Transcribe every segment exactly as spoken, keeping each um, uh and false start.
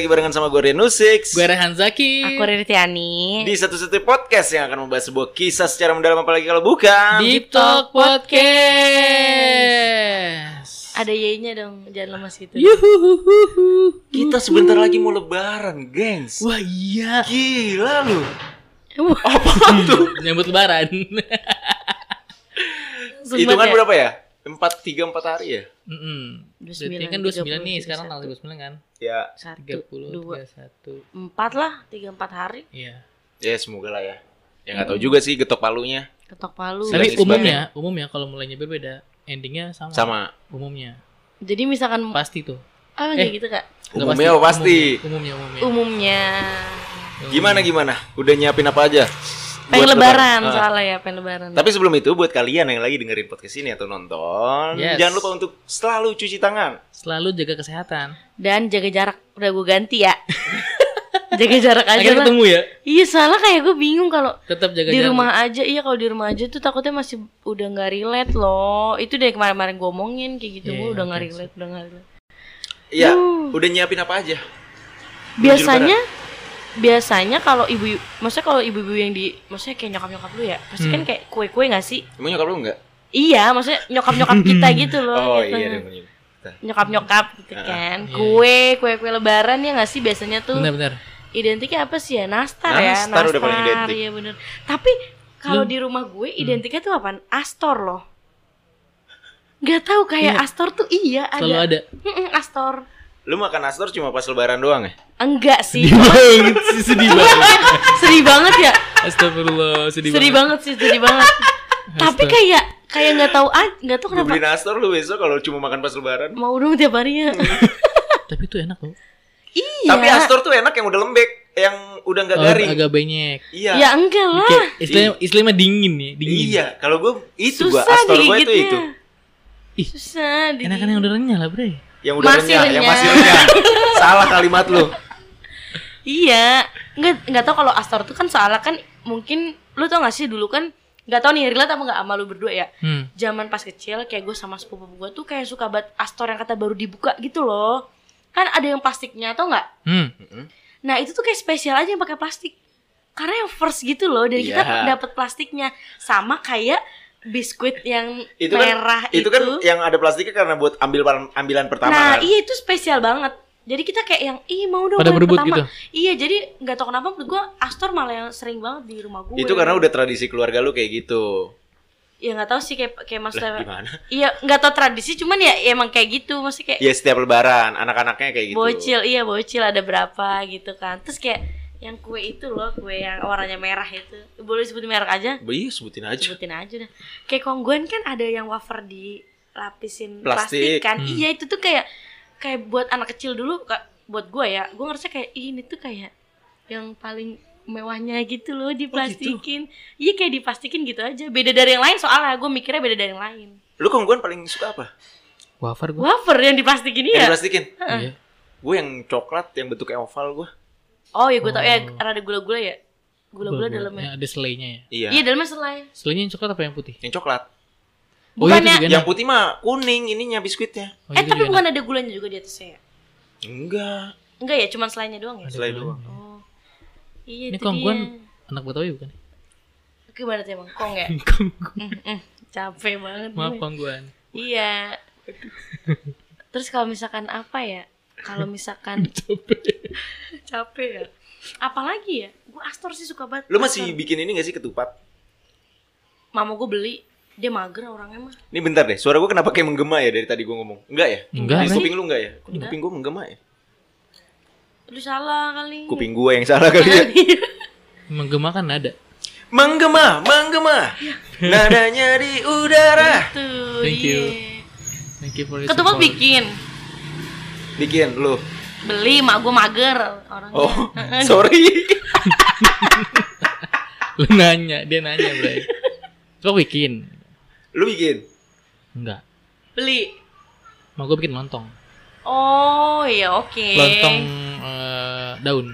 lagi barengan sama gue Rian Nusix. Gue Rehan Zaki. Aku Riri Tiani. Di satu-satu podcast yang akan membahas sebuah kisah secara mendalam, apalagi kalau bukan Deep Talk Podcast. Ada Y-nya dong, jangan lemas gitu. Yuhuhuhuhu. Kita sebentar lagi mau lebaran, gengs. Wah iya. Gila lu. Apa tuh? Nyambut lebaran. Hitungan berapa ya? Empat, tiga, empat hari ya? Mm-mm. dua puluh Berarti sembilan, kan dua puluh sembilan tiga puluh, nih, sekarang tiga tanggal puluh dua puluh sembilan kan? Ya. tiga puluh, dua, tiga puluh satu. empat lah, tiga empat hari. Iya. Ya semoga lah ya. Ya nggak tahu juga sih getok palunya. Ketok palu. Tapi Sudah umumnya, umumnya kalau mulainya berbeda, endingnya sama. Sama. Umumnya. Jadi misalkan Pasti tuh. ah Eh. kayak gitu Kak. Nggak Umumnya apa pasti? Umumnya, umumnya. Umumnya Gimana gimana? Udah nyiapin apa aja? Buat pengen lebaran Ah. soalnya ya, pengen lebaran. Tapi sebelum itu buat kalian yang lagi dengerin podcast ini atau nonton, Yes. jangan lupa untuk selalu cuci tangan. Selalu jaga kesehatan. Dan jaga jarak, udah gue ganti ya. Jaga jarak aja Akhirnya lah. ketemu ya. Iya, soalnya kayak gue bingung kalau Tetap jaga di jarak. rumah aja. Iya, kalau di rumah aja tuh takutnya masih udah nggak relate loh. Itu dari kemarin-kemarin gue omongin kayak gitu, Iya, gue udah nggak oke. relate, udah nggak relate. Iya, Uh. udah nyiapin apa aja? Biasanya biasanya kalau ibu, maksudnya kalau ibu-ibu yang di, maksudnya kayak nyokap-nyokap lu ya, pasti kan Hmm. kayak kue-kue nggak sih? Emang nyokap lu enggak? Iya, maksudnya nyokap-nyokap kita gitu loh. Oh gitu. iya deh. Nyokap-nyokap gitu Ah, kan. iya. Kue, kue-kue lebaran ya nggak sih biasanya tuh. Benar-benar. Identiknya apa sih ya? Nastar, ya. Nastar udah paling identik. Iya bener. Tapi kalau Lu- di rumah gue identiknya tuh apaan? Astor loh. Gak tahu kayak Iya. Astor tuh iya ada. Selalu ada. Mm-mm, Astor. Lu makan Astor cuma pas lebaran doang ya? Enggak sih. banget sih, sedih banget. Sedih banget ya. Astagfirullah, sedih, Sedih banget sih, sedih banget. Tapi Astaga. kayak kayak nggak tahu aja, nggak tahu Gue kenapa. beliin Astor lu besok kalau cuma makan pas lebaran. Mau dong tiap harinya. Tapi itu enak loh. Iya. Tapi Astor tuh enak yang udah lembek, yang udah nggak Oh, garing. agak banyak. Iya. Ya enggak lah. Kayak istilahnya, istilahnya mah dingin nih, dingin. Iya, kalau gue itu gua Susah Astor gua itu digigitnya. itu. Ih, Susah. digigit. enakan yang udah renyah lah, Bre. Yang udah Masih renyah, yang renyah. masih renyah. Salah kalimat lu. Iya, nggak nggak tahu kalau Astor tuh kan soalnya kan mungkin lu tau gak sih dulu kan nggak tahu nih relate apa nggak sama lu berdua ya. Hmm. Zaman pas kecil kayak gue sama sepupu gue tuh kayak suka banget Astor yang kata baru dibuka gitu loh. Kan ada yang plastiknya tau nggak? Hmm. Nah itu tuh kayak spesial aja yang pakai plastik. Karena yang first gitu loh dari kita Iya. dapat plastiknya sama kayak biskuit yang Itu kan merah itu itu. kan yang ada plastiknya karena buat ambil ambilan pertama Nah kan. iya itu spesial banget. Jadi kita kayak yang ih mau dong Pada yang berebut pertama. gitu? Iya jadi nggak tahu kenapa menurut gue Astor malah yang sering banget di rumah gue. Itu karena udah tradisi keluarga lu kayak gitu. Ya nggak tahu sih kayak kayak Lah maksudnya. gimana? Iya nggak tahu tradisi cuman ya emang kayak gitu maksudnya kayak Ya setiap lebaran anak-anaknya kayak gitu. bocil iya bocil ada berapa gitu kan. Terus kayak yang kue itu loh kue yang warnanya merah itu boleh sebutin merek aja? Iya, sebutin aja. Sebutin aja dah. Kayak kongguan kan ada yang wafer dilapisin Plastik. plastik, kan. Hmm. Iya itu tuh kayak kayak buat anak kecil dulu Kak, buat gue ya. Gue ngerasa kayak "Ih, ini tuh kayak yang paling mewahnya gitu loh diplastikin. Iya kayak diplastikin gitu aja. Beda dari yang lain soalnya gue mikirnya beda dari yang lain. Lu kongguan paling suka apa? Wafer gua. Wafer yang diplastikin Yang ya. diplastikin. Iya. Gue yang coklat yang bentuknya oval gue. Oh ya gue tau ya Oh. ada gula-gula ya. Gula-gula Yang dalamnya. ada selainya ya. Iya. Iya dalamnya selai. Selainya yang coklat apa yang putih? Yang coklat. Oh, iya, itu Bukannya juga enak. Yang putih mah kuning ininya biskuitnya. Oh, eh itu tapi juga bukan enak. ada gulanya juga di atasnya ya? Enggak. Enggak ya, cuman selainya doang ya? Ada Selai gulanya. doang. Oh. Iya Ini itu kongguan dia. anak Betawi bukan? Gimana tuh emang? Kong ya? Mm, mm, capek banget Maaf gue. kongguan. Iya. Terus kalau misalkan apa ya? Kalau misalkan capek ya. Apalagi ya? Gue Astor sih suka banget. Lu masih Astor. bikin ini gak sih ketupat? Mama gue beli. Dia mager orangnya mah. Ini bentar deh, suara gue kenapa kayak menggema ya dari tadi gue ngomong? Enggak ya? Enggak, Di Bray. kuping lu enggak ya? Kok di Enggak. kuping gue menggema ya? Lu salah kali. Kuping gue yang salah kali ya. Menggema kan ada. Menggema, menggema. Nadanya di udara. Tuh, Thank iya. you. Thank you for your Ketupat support. bikin. Bikin lu. Beli, mak gue mager orangnya. Oh, sorry. Lu nanya, dia nanya, Bray. Kok bikin? Lu bikin? Enggak. Beli. Mau gue bikin lontong. Oh iya oke. Lontong eh, daun.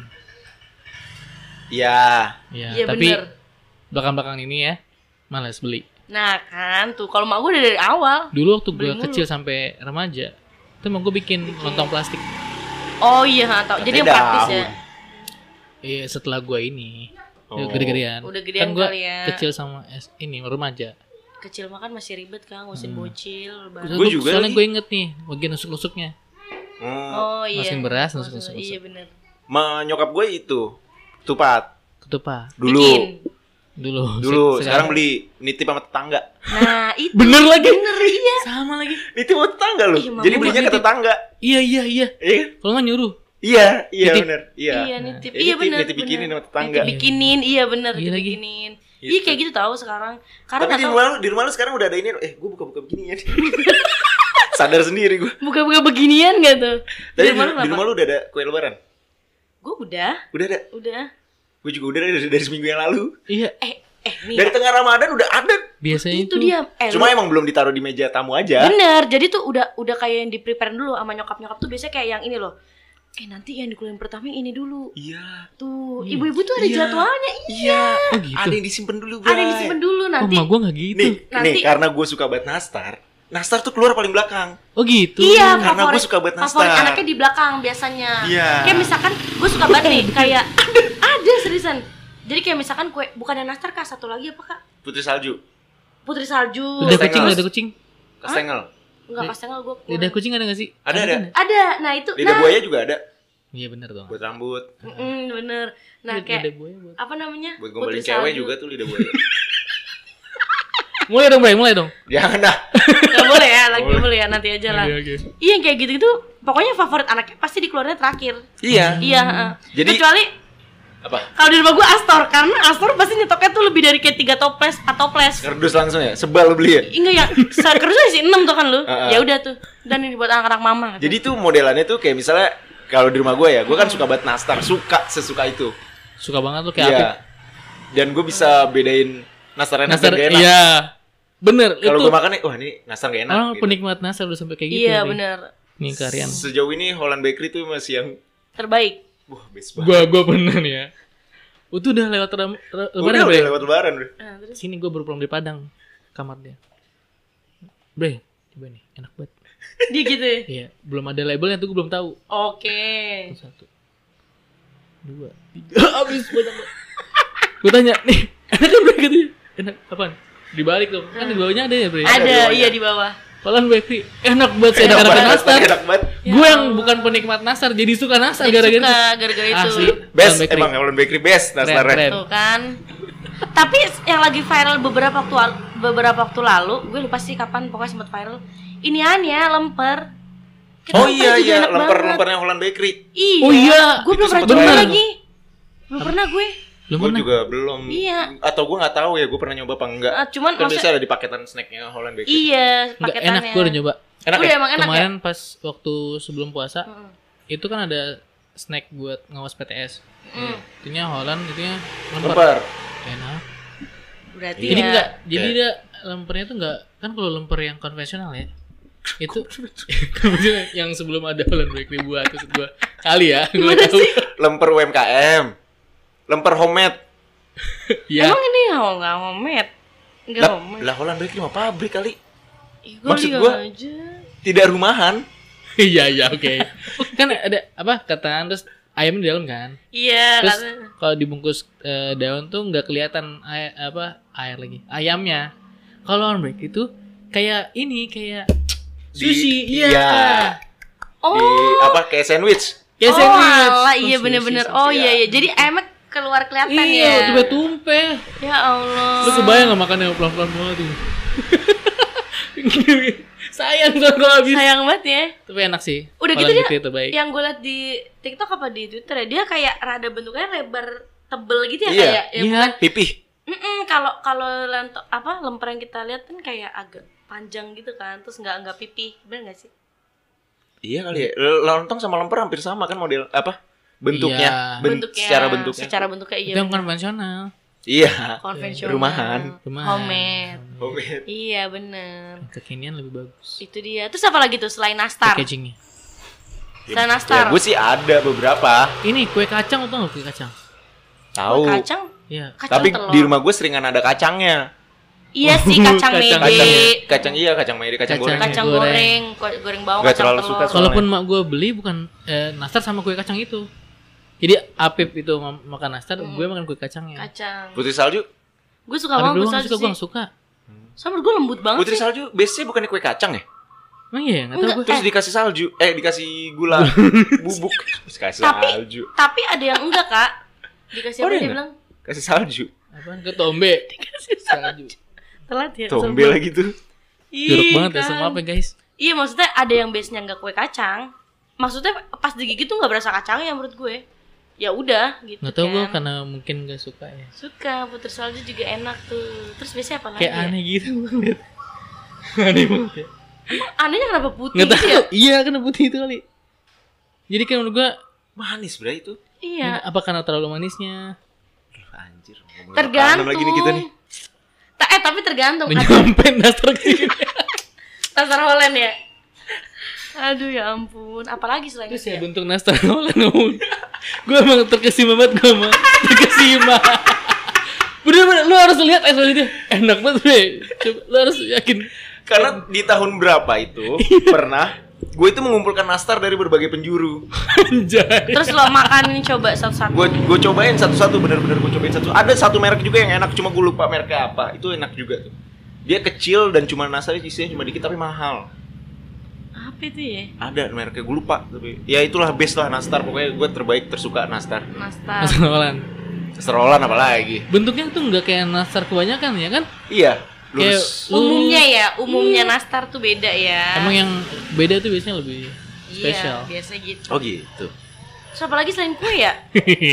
Ya. Ya, Iya tapi bener. belakang-belakang ini ya malas beli. Nah kan tuh kalau mak gue udah dari awal. Dulu waktu gue Beli mulu. kecil sampai remaja, itu mau gue bikin lontong plastik. Oh iya, ha, tau. Jadi yang Katanya praktis daun. ya. Iya, setelah gua ini. Oh. Gede-gedean. Udah gedean kan gua kali ya. kecil sama es ini remaja. Kecil makan masih ribet kan, ngurusin Hmm. bocil. Gua, baru- Gua juga soalnya lagi. gue inget nih bagian nusuk-nusuknya. Hmm. Oh iya. Masukin beras, Masuk- nusuk-nusuk. Iya benar. Ma nyokap gue itu tupat Ketupat dulu. Bikin. dulu. Dulu, Se- sekarang beli nitip sama tetangga. Nah, itu. Bener lagi. Bener iya. Sama lagi. Nitip sama tetangga loh. Ih, mama Jadi gua belinya ke nitip. tetangga. Iya iya iya. Iya kan? Kalau nggak nyuruh. Iya, iya Nitip. benar. Iya. Iya, nitip. Ya, Iya nitip- benar. nitip bikinin bener. sama tetangga. Nitip bikinin, iya benar, Iya lagi. bikinin. Gitu. Iya kayak gitu tahu sekarang. Karena Tapi nggak di tahu rumah lu, di rumah lu sekarang udah ada ini. Eh, gue buka-buka begini ya. Sadar sendiri gue. buka-buka beginian gak tuh? Tapi di, Di rumah lu di rumah kenapa? lu udah ada kue lebaran? Gue udah, Udah ada. udah. Gue juga udah ada dari, dari seminggu yang lalu. Iya. Eh, eh nih. Dari tengah Ramadan udah ada. Biasanya itu itu. dia. Eh, Cuma lu- emang belum ditaruh di meja tamu aja. bener. Jadi tuh udah udah kayak yang di prepare dulu sama nyokap-nyokap tuh biasanya kayak yang ini loh. Eh nanti yang dikeluarin pertama yang ini dulu. Iya. Tuh, Iya. ibu-ibu tuh ada Iya. jadwalnya. Iya. Oh gitu. Ada yang disimpan dulu, Bray. Ada yang disimpan dulu Oh, nanti. emak gua nggak gitu. Nih, Nanti- nih karena gue suka banget nastar. Nastar tuh keluar paling belakang. Oh gitu. Iya, Karena favorit, gua suka banget favorit nastar. anaknya di belakang biasanya. Iya. Kayak misalkan gue suka banget nih, kayak ada seriusan. Jadi kayak misalkan kue bukan ada nastar kak, satu lagi apa kak? Putri salju. Putri salju. Lidah Kastengel. kucing, lidah kucing. Kastengel. Enggak kastengel gue. Lidah kucing ada nggak sih? Ada, ada. kan ya? Ada. Nah itu. Lidah nah. buaya juga ada. Iya benar dong. Buat rambut. Mm, bener. Nah Lidah kayak buaya buat. apa namanya? Buat gombalin Putri cewek salju. juga tuh lidah buaya. Mulai dong, Bray, mulai dong. Jangan dah. Gak boleh ya, lagi Boleh. boleh ya nanti aja lah. Oke, oke. Iya yang kayak gitu gitu. Pokoknya favorit anaknya pasti dikeluarin terakhir. Iya. Iya. heeh. Jadi- kecuali Apa? kalau di rumah gue Astor, karena Astor pasti nyetoknya tuh lebih dari kayak tiga toples, empat toples. Kerdus langsung ya? Sebal beli ya? Enggak ya, seharusnya sih enam tuh kan lu. Heeh. Ya udah tuh. Dan ini buat anak-anak mama. Jadi tuh modelannya tuh kayak misalnya kalau di rumah gue ya, gue kan suka banget nastar, suka sesuka itu. Suka banget tuh kayak Iya. apa? Dan gue bisa bedain nastar enak Nastar, dan gak enak. iya. Bener, Kalau itu gue makan nih, wah ini nastar gak enak. orang gitu. penikmat nastar udah sampai kayak gitu. iya nih. bener. Nih kalian. Sejauh ini Holland Bakery tuh masih yang, Terbaik. wah best banget. Gua gua bener ya. Itu udah lewat ram- re- Udah, lebaran, udah Bre. lewat lebaran udah. Nah, terus Sini gua baru pulang dari Padang. Kamar dia. Bre, coba nih, enak banget. dia gitu ya. Iya, belum ada labelnya tuh gua belum tahu. Oke. Satu, dua, tiga, habis banyak banget. Gua tanya, nih, enak kan Bre katanya? Enak, apaan? Dibalik dong, kan di bawahnya ada ya Bre? Ada, di bawahnya. iya di bawah. Holland Bakery, enak banget saya Enak enak banget, nastar. enak banget. Ya Gue yang Allah. bukan penikmat nastar jadi suka nastar Jadi gara-gara suka itu. gara-gara itu. Asli. Best, Holland Bakery. emang Holland Bakery best nastarnya. keren. Tuh kan. Tapi yang lagi viral beberapa waktu al- beberapa waktu lalu, gue lupa sih kapan, pokoknya sempat viral. Inian ya, lemper. Kayak Oh lemper iya juga iya, enak banget. lemper-lempernya Holland Bakery. Iya. Oh iya, Gue belum itu pernah sempet coba viral. lagi. Belum pernah gue. Lu Gue pernah? juga belum. Iya. Atau gue nggak tahu ya, gue pernah nyoba apa enggak. Ah, cuman Kan maksud- biasa ada di paketan snacknya Holland Bakery. Iya, Enggak paketannya. enak, gue udah nyoba. Enak Udah ya? emang enak Kemarin pas waktu sebelum puasa, ya? Mm, itu kan ada snack buat ngawas P T S. mm. Itunya Holland, itunya lemper. Lemper. Enak. Berarti Jadi ya. enggak, jadi Kayak- dia lempernya tuh enggak, kan kalau lemper yang konvensional ya. Itu konvensional yang sebelum ada Holland Bakery buat maksud gua. Kali ya, gua Gimana tahu. sih? Lemper U M K M. Lemper homemade. Ya. Emang ini oh, nggak homemade? Nggak Lah, homemade. lah Holland Bakery mah pabrik kali. Ih, gua maksud lihat gua- aja. Tidak rumahan. Iya, iya, oke. Kan ada apa? Ketan terus ayam di dalam kan. Iya, Terus karena- kalau dibungkus eh, daun tuh nggak kelihatan air, apa air lagi ayamnya. Kalau on break itu kayak ini kayak Di- sushi, iya. iya. Oh, Di apa kayak sandwich. Ya oh, sandwich. alah, iya Oh, bener-bener. sushi, Oh sushi, iya iya. iya. Jadi ayamnya keluar kelihatan iya, ya. tuh tumpeh. Ya Allah. Lu kebayang nggak makannya pelan-pelan banget tuh? Sayang tuh kalau habis. Sayang banget ya. Tapi enak sih. Udah gitu Holland dia. Bakery terbaik. Yang gue liat di TikTok apa di Twitter ya, dia kayak rada bentuknya lebar tebel gitu ya Iya. kayak ya Iya. bukan. Pipih. Mm-mm, kalau kalau lento apa lemper yang kita lihat kan kayak agak panjang gitu kan, terus nggak nggak pipih, bener nggak sih? Iya kali ya. Lontong sama lemper hampir sama kan model apa? Bentuknya. Iya. Ben- bentuknya secara bentuknya. secara bentuknya iya Itu yang bener. konvensional. Iya. konvensional Rumahan. Rumahan. homemade Homemade. iya bener Kekinian lebih bagus. itu dia. Terus apa lagi tuh selain nastar? Packagingnya. Selain Ya nastar, gue sih ada beberapa. Ini kue kacang, lo tau gak kue kacang? Tahu. kacang Iya. kacang Tapi telur. di rumah gue seringan ada kacangnya. Iya sih, kacang mede. Kacang, kacang iya, kacang mede, kacang, Kacang. goreng. Kacang goreng, goreng, goreng bawang, Nggak kacang terlalu telur. suka soalnya. Kalaupun mak gue beli bukan eh, nastar sama kue kacang itu. Jadi Apip itu ma- makan nastar, Hmm. gue makan kue kacangnya. Kacang. Putri salju. Gue suka Apip banget doang putri suka, salju gue sih. gak suka. Sama gue lembut banget Putri sih. salju biasanya bukannya kue kacang ya? Emang iya, gak tau Enggak. gue. Terus Eh. dikasih salju, eh dikasih gula bubuk, terus kasih Tapi salju, tapi ada yang enggak, Kak. Dikasih Oh, apa ada dia yang bilang? kasih salju, Apaan? Ketombe. Dikasih salju. Telat ya. tombe sebel. lagi tuh. Jeruk Ih, banget ya kan. sama apa guys? Iya, maksudnya ada yang base-nya enggak kue kacang. Maksudnya pas digigit tuh enggak berasa kacangnya menurut gue. Ya udah gitu Gak tau kan. gue karena mungkin gak suka ya. Suka putri salju juga enak tuh. Terus biasanya apa lagi? Kayak ya? aneh gitu banget. Aneh banget ya. Anehnya kenapa putih Gak gitu tau, ya? iya kan putih itu kali. Jadi kan menurut gue, Manis bro itu. Iya. apa karena terlalu manisnya? Aduh, anjir. ngomongin Tergantung. makanan lagi nih kita nih. Ta- eh tapi tergantung. Udah Ada nyampe nastar kesini. Nastar Holland ya. Aduh ya ampun. Apalagi selain Terus itu ya ya? bentuk nastar Holland ngomong. Gue emang terkesima banget gue emang terkesima. Bener-bener lu harus lihat aslinya enak banget bre. Coba lu harus yakin. Karena di tahun berapa itu pernah gue itu mengumpulkan nastar dari berbagai penjuru. Anjay. Terus lo makanin coba satu-satu. Gue gue cobain satu-satu, bener-bener gue cobain satu. Ada satu merek juga yang enak, cuma gue lupa mereknya apa. Itu enak juga tuh. Dia kecil dan cuma nastarnya isinya cuma dikit tapi mahal. Apa itu ya? Ada mereknya gue lupa tapi ya itulah best lah nastar, pokoknya gue terbaik tersuka nastar. Nastar. Nastar Holland. Nastar Holland apalagi. Bentuknya tuh nggak kayak nastar kebanyakan ya kan? Iya, Kayak lurus. Umumnya ya, umumnya nastar tuh beda ya. Emang yang beda tuh biasanya lebih Iya, spesial. biasa gitu. Oh gitu. Terus apa lagi selain kue ya?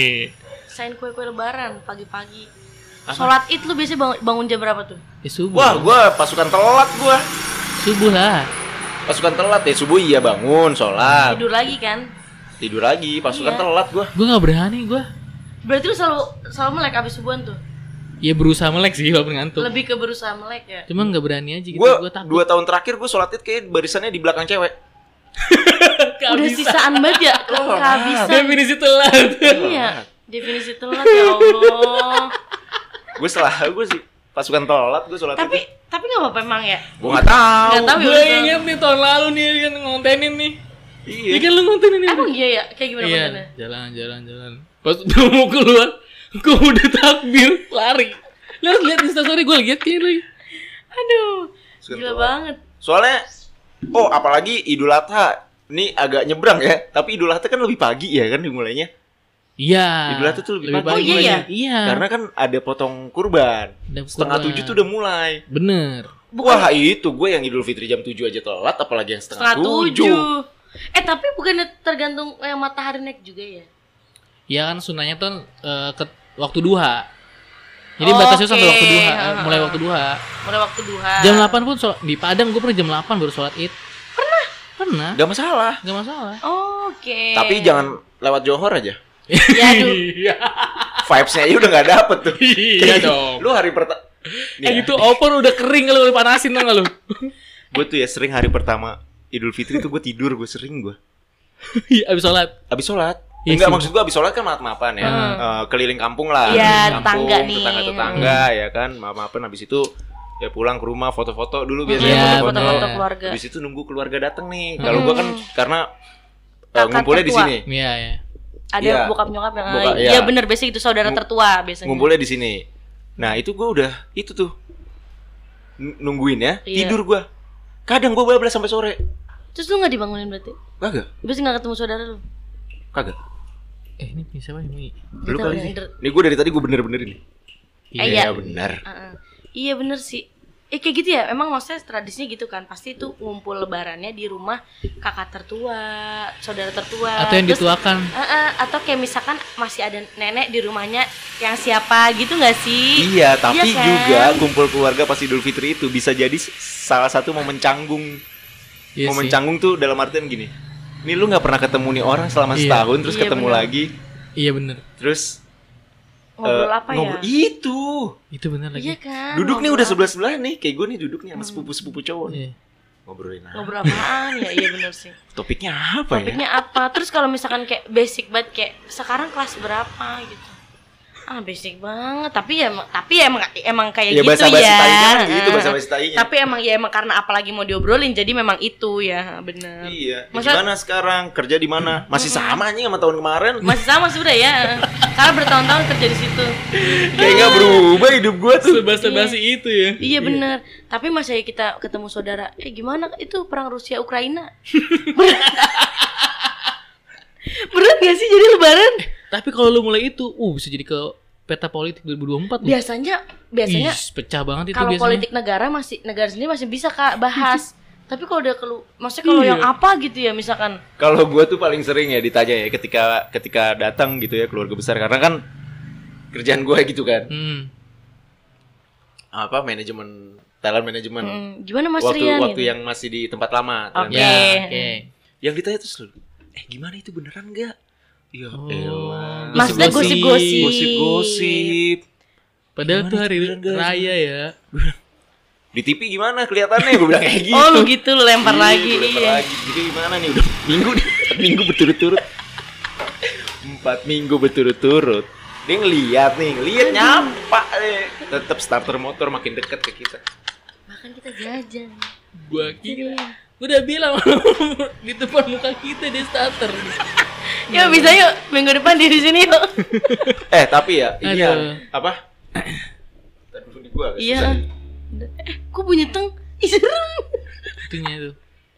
Selain kue-kue lebaran pagi-pagi. Apa? Sholat Id lu biasanya bangun, bangun jam berapa tuh? Ya subuh. Wah, gue pasukan telat gue. Subuh lah. Pasukan telat ya, subuh iya bangun, sholat. Tidur lagi kan? Tidur lagi, pasukan Iya. telat gue. Gue nggak berani gue. Berarti lu selalu selalu melek abis subuhan tuh? Ya berusaha melek sih walaupun ngantuk. Lebih ke berusaha melek ya? Cuma nggak berani aja gitu. Gue Gue takut. dua tahun terakhir gue sholat id kayak barisannya di belakang cewek. Udah sisaan banget ya? Oh, Kehabisan. Definisi telat. Iya, definisi telat ya Allah. Gue salah gue sih pasukan telat gue sholat Tapi id. tapi nggak apa-apa emang ya? Gue nggak tahu. Nggak tahu ya. Gue udah. inget nih tahun lalu nih kan ngontenin nih. Iya. Iya kan lu ngontenin ini. Emang iya ya? Kayak gimana Iya, kontennya? jalan jalan jalan. Pas udah mau keluar, gue udah takbir lari. Lu harus lihat instastory gue liat kayak lagi. Aduh, Pasukan gila telat. banget. Soalnya, oh apalagi Idul Adha. Ini agak nyebrang ya, tapi Idul Adha kan lebih pagi ya kan dimulainya. Iya. Idul Adha tuh lebih pagi. Oh, iya mulainya. ya? Iya. Karena kan ada potong kurban. Ada Setengah kurban. tujuh tuh udah mulai. Bener. Bukan- Wah itu gue yang Idul Fitri jam tujuh aja telat, apalagi yang setengah, Setengah tujuh. tujuh. Eh tapi bukannya tergantung yang matahari naik juga ya? Ya kan sunahnya tuh eh, ke waktu duha. Jadi Oh, batasnya sampai oke. waktu duha, eh, Ha-ha. mulai waktu duha. Mulai waktu duha. Jam delapan pun sholat, di Padang gue pernah jam delapan baru sholat Id. Pernah? Pernah. Gak masalah. Gak masalah. Oh, Oke. Tapi jangan lewat Johor aja. Ya aduh. Iya. Vibes-nya aja udah gak dapet tuh. Iya dong. Lu hari pertama. Eh itu opor udah kering kalau dipanasin tau gak lu? Gue tuh ya sering hari pertama Idul Fitri tuh gue tidur, gue sering gue. Iya abis sholat. Abis sholat. Iya Enggak sih. maksud gue abis sholat kan maaf-maafan ya. Hmm. Eh, keliling kampung lah. Iya, Keliling tetangga nih. Tetangga-tetangga ya kan. Maaf-maafan abis itu ya pulang ke rumah foto-foto dulu Iya, biasanya Iya, foto-foto. foto-foto bener. keluarga. Abis itu nunggu keluarga datang nih. Kalau gue kan Hmm. karena eh, Kakak ngumpulnya di tertua. sini. Iya ya. Ada Iya. bokap nyokap yang Bokap, iya iya. bener biasanya itu saudara Ngu- tertua biasanya. Ngumpulnya di sini. Nah itu gue udah itu tuh N- nungguin ya. Iya. Tidur gue. Kadang gue bablas sampai sore. Terus lu nggak dibangunin berarti? Kagak. Terus nggak ketemu saudara lu? Kagak. Eh ini punya siapa ini? Lu Kita kali udah sih. under- Nih gue dari tadi gue bener-bener ini. Eh, iya. benar. Uh-uh. Iya bener sih. Eh kayak gitu ya, emang maksudnya tradisinya gitu kan. Pasti itu ngumpul lebarannya di rumah kakak tertua, saudara tertua. Atau yang Terus, dituakan. uh-uh, atau kayak misalkan masih ada nenek di rumahnya yang siapa gitu nggak sih? Iya, tapi Iya kan? juga kumpul keluarga pas Idul Fitri itu bisa jadi s- salah satu momen canggung. Iya momen sih. canggung tuh dalam artian gini. Nih lu nggak pernah ketemu nih orang selama Iya. setahun, terus Iya, ketemu bener. lagi, Iya bener. terus Ngobrol eh, apa ngobrol- ya? Itu. Itu bener lagi. Iya kan. Duduk nih ngobrol udah apa? sebelah sebelah nih, kayak gue nih duduk nih sama sepupu-sepupu cowok. nih. Iya. Ngobrolin apa? Ngobrol apaan ya? Iya bener sih. Topiknya apa ya? Topiknya apa? Terus kalau misalkan kayak basic banget kayak sekarang kelas berapa gitu. Ah basic banget, tapi ya emang, tapi ya emang emang kayak Ya gitu basa-basi ya. tainya kan gitu, Ah. basa-basi tainya. Tapi emang ya emang karena apalagi mau diobrolin, jadi memang itu ya bener. Iya. Masa- Gimana sekarang? Kerja di mana? Masih sama nih sama tahun kemarin. Masih sama sih udah ya, karena bertahun-tahun kerja di situ. Kayak nggak berubah hidup gua tuh. Sebasa-basi itu ya. Iya bener. Tapi masih kita ketemu saudara. Eh gimana itu perang Rusia Ukraina? Berat gak sih jadi lebaran? Tapi kalau lu mulai itu, uh bisa jadi ke peta politik dua ribu dua puluh empat loh. Biasanya biasanya Ih, pecah banget itu kalau biasanya. politik negara masih negara sendiri masih bisa Kak bahas. Tapi kalau udah kelu, maksudnya kalau Iya. yang apa gitu ya misalkan. Kalau gua tuh paling sering ya ditanya ya ketika ketika datang gitu ya keluarga besar karena kan kerjaan gua gitu kan. Hmm. Apa manajemen talent manajemen. Mm, gimana Mas waktu Rian? waktu gitu? yang masih di tempat lama. talent Oke. Ya, management. oke. Yang ditanya tuh selalu, "Eh, gimana itu beneran enggak?" Ya Oh. elah. Maksudnya gosip-gosip. Gosip-gosip. Padahal Gimana tuh hari itu beneran, guys? raya ya. Di T V gimana kelihatannya? Gue bilang kayak gitu. Oh lu gitu lu lempar Iya, lagi. gua lempar Iya. lagi. Jadi gimana nih udah minggu nih, empat minggu berturut-turut. Empat minggu berturut-turut. Dia ngeliat nih, ngeliat nyapa deh. Tetap starter motor makin dekat ke kita. Bahkan kita jajan. Gua kira. Iya. Gua udah bilang di depan muka kita dia starter. Yuk bisa yuk minggu depan di sini yuk. Eh tapi ya, ini Aduh. yang apa? Tadi dulu di gua agak Iya. susah. Eh, kok bunyi teng? Ih serem. Itunya itu.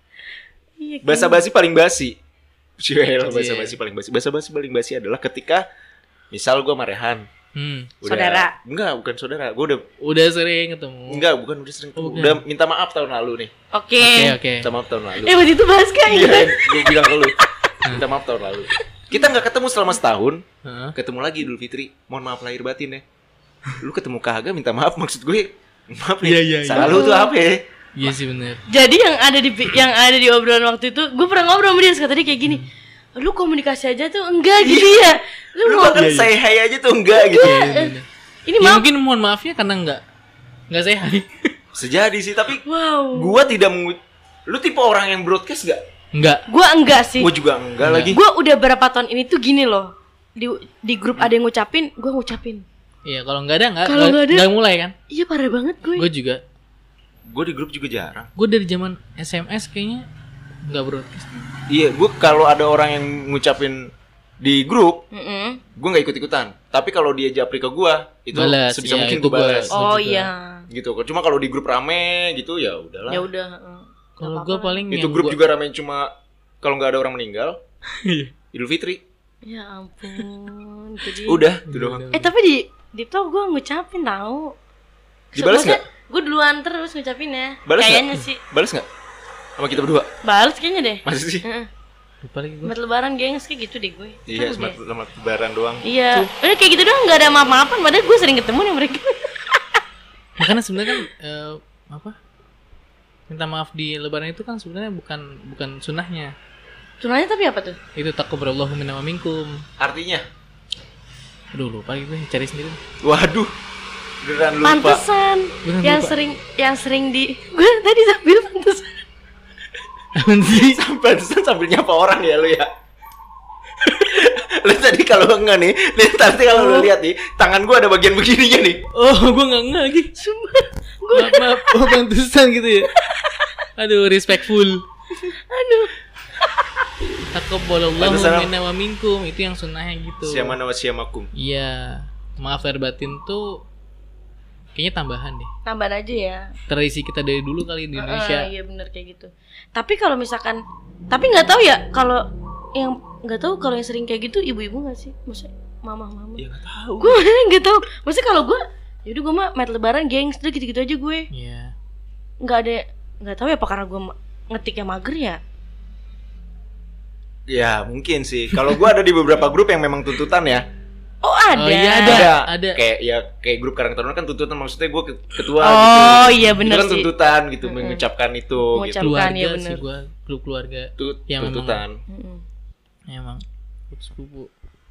Iya. kan? Basa-basi paling basi. Cewek Iya. basa-basi paling basi. Basa-basi paling basi adalah ketika misal gua sama Rehan. Hmm. Udah, Saudara. Enggak, bukan saudara. Gua udah Udah sering ketemu. enggak, bukan udah sering. Oh, bukan. Udah minta maaf tahun lalu nih. Oke. Oke, oke. Minta maaf tahun lalu. Eh waktu itu bahas kan Iya, gitu. gue bilang ke lu. Minta maaf tahun lalu. Kita nggak ketemu selama setahun. Heeh. Ketemu lagi Idul Fitri. Mohon maaf lahir batin ya. Lu ketemu kagak minta maaf maksud gue. Maaf nih. Iya, iya, iya. Salah lu tuh apa ya? Iya sih benar. Jadi yang ada di yang ada di obrolan waktu itu, gue pernah ngobrol sama dia kata dia kayak gini. Lu komunikasi aja tuh enggak gitu ya. Lu, Lu mau bahkan Iya, iya. say hi aja tuh enggak gitu. Iya, bener. ini Ya, maaf. mungkin mohon maafnya karena enggak enggak sehat. Sejadi sih tapi Wow. gua tidak mengu... Lu tipe orang yang broadcast gak? Enggak. Gue enggak sih. Gua juga enggak, Enggak. lagi. Gue udah berapa tahun ini tuh gini loh. Di di grup ada yang ngucapin, gue ngucapin. Iya, kalau enggak ada enggak Kalau enggak, nggak ada- enggak mulai kan? Iya parah banget gue. Gue juga. Gue di grup juga jarang. Gue dari zaman S M S kayaknya enggak broadcast. Iya, gua kalau ada orang yang ngucapin di grup, Mm-mm. gua nggak ikut-ikutan. Tapi kalau dia japri ke gua, itu Balas, sebisa iya, mungkin itu gua gua. balas. Oh juga. iya. Gitu. Cuma kalau di grup rame gitu ya udahlah. Ya udah. heeh. Kalau Nggak gue apa-apa. paling Itu yang grup gua- juga rame cuma kalau nggak ada orang meninggal, Iya. Idul Fitri. Ya ampun. Itu dia. Udah, itu doang. Eh tapi di di tau gue ngucapin tahu. Dibalas nggak? Gue duluan terus ngucapin ya. Balas Kayaknya nggak? sih. Balas nggak? Sama kita berdua? Balas kayaknya deh. Masih sih? Heeh. Lupa lagi gue. Selamat lebaran gengs kayak gitu deh gue. Iya, Tahu selamat deh. selamat lebaran doang. Iya. Udah kayak gitu doang nggak ada maaf-maafan padahal gue sering ketemu nih mereka. Makanya sebenarnya kan eh, apa? Minta maaf di lebaran itu kan sebenarnya bukan bukan sunnahnya. Tunanya tapi apa tuh? Itu taqabbalallahu minna wa minkum. Artinya? Aduh lupa lagi gue cari sendiri. Waduh. Beneran lupa. Pantesan Beneran yang lupa. sering yang sering di gue tadi sambil pantesan. Apaan sih? Pantesan sambil nyapa orang ya lu ya. Lu tadi kalau enggak nih, nih nanti kalau lu lihat nih, tangan gua ada bagian begininya nih. Oh, gue nggak nggak lagi. Sumpah. Gue Maaf, maaf. Oh, pantesan gitu ya. Aduh, respectful. aduh. Taqabbalallahu Pantesan- minna wa minkum. Itu yang sunnahnya gitu. Siamana wa siamakum. Iya. Maaf lahir batin tuh kayaknya tambahan deh. Tambahan aja ya. Tradisi kita dari dulu kali di Indonesia. Ah, iya bener kayak gitu. Tapi kalau misalkan, tapi nggak tahu ya kalau yang nggak tahu kalau yang sering kayak gitu ibu-ibu nggak sih, maksudnya mama-mama. Ya enggak tahu. Gue nggak tahu. Maksudnya kalau gue, yaudah gue mah mat lebaran gengs, udah gitu-gitu aja gue. Iya. Nggak ada, nggak tahu ya apa karena gue ma- ngetiknya mager ya. Ya, mungkin sih. Kalau gua ada di beberapa grup yang memang tuntutan ya. Oh ada. Oh, iya, ada. ada. Kayak ya kayak grup Karang Taruna kan tuntutan maksudnya gua ke- ketua Oh gitu. iya bener Itu kan sih. tuntutan gitu Mm-mm. mengucapkan itu gitu. Mengucap- Bukan, Keluarga iya sih bener. gue. Grup keluarga. Itu Yang memang- tuntutan. Mm-mm. Emang. Grup sepupu.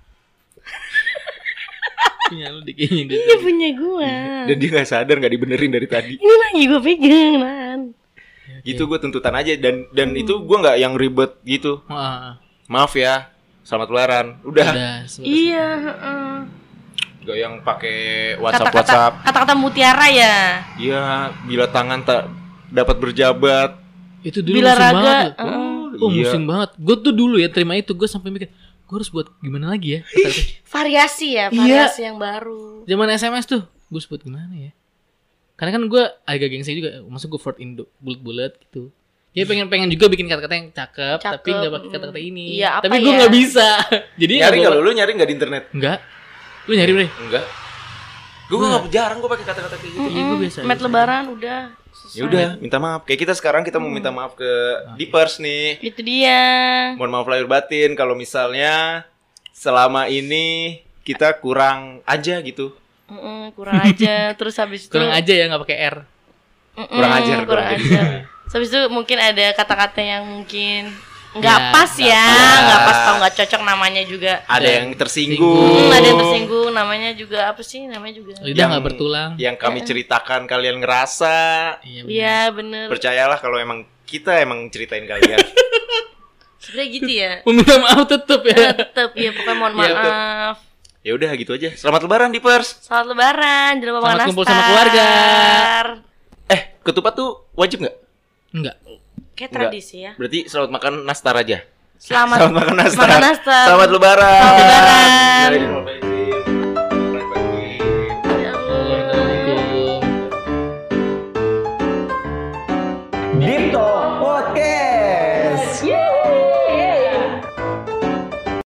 Punya lu deh kayaknya. deh. Iya punya gue. Dan dia nggak sadar nggak dibenerin dari tadi. Ini lagi gue pegang man. Gitu gua tuntutan aja dan dan itu gua nggak yang ribet gitu. Oh, ah, ah. Maaf ya. Selamat lebaran. Udah. Udah. sebatas- Iya. heeh. Gak yang pakai WhatsApp Kata-kata WhatsApp. kata-kata mutiara ya. Iya, bila tangan tak dapat berjabat. Itu dulu Bila musim raga, banget. uh-uh. Oh, iya. musim banget. Gue tuh dulu ya terima itu, gue sampai mikir, gue harus buat gimana lagi ya? Kata-kata. Variasi ya, Iya. variasi yang baru. Zaman S M S tuh, gue sebut gimana ya? Karena kan gue agak gengsi juga, maksud gue Ford Indo, bulat-bulat gitu. Ya pengen-pengen juga bikin kata-kata yang cakep, Cakep, tapi nggak pakai mm. kata-kata ini. Iya, apa tapi gue ya? nggak bisa. Jadi Nyari nggak nggak gua- lu? Lu nyari nggak di internet? Enggak. Lu nyari bre? Enggak. Gue nggak jarang gue pakai kata-kata kayak gitu. Iya, gue biasa. Met biasa. lebaran udah. Ya udah, minta maaf. Kayak kita sekarang kita mau minta maaf ke Deepers nih. Itu dia. Mohon maaf lahir batin kalau misalnya selama ini kita kurang aja gitu. Mm-mm, kurang aja. Terus habis itu Kurang aja ya nggak pakai R. Mm-mm, kurang ajar, kurang kurang aja. Terus habis itu mungkin ada kata-kata yang mungkin nggak Ya, pas nggak ya, pas. nggak pas atau nggak cocok namanya juga. Ada Dan yang tersinggung. Hmm, ada yang tersinggung, namanya juga apa sih? Namanya juga. Lidah nggak bertulang. Yang kami ceritakan kalian ngerasa. Iya. bener. Iya bener. Percayalah kalau emang kita emang ceritain kalian. Sebenarnya gitu ya. Meminta maaf tetep ya. Ya, tetep ya pokoknya mohon Iya, betul. maaf. Ya udah gitu aja. Selamat lebaran Deepers. Selamat lebaran, jangan lupa Selamat makan kumpul nastar. sama keluarga. Eh, ketupat tuh wajib nggak? Enggak. Kayak Enggak. tradisi ya. Berarti selamat makan nastar aja. Selamat, Selamat makan nastar. makan nastar. Selamat lebaran. Selamat lebaran. Nah,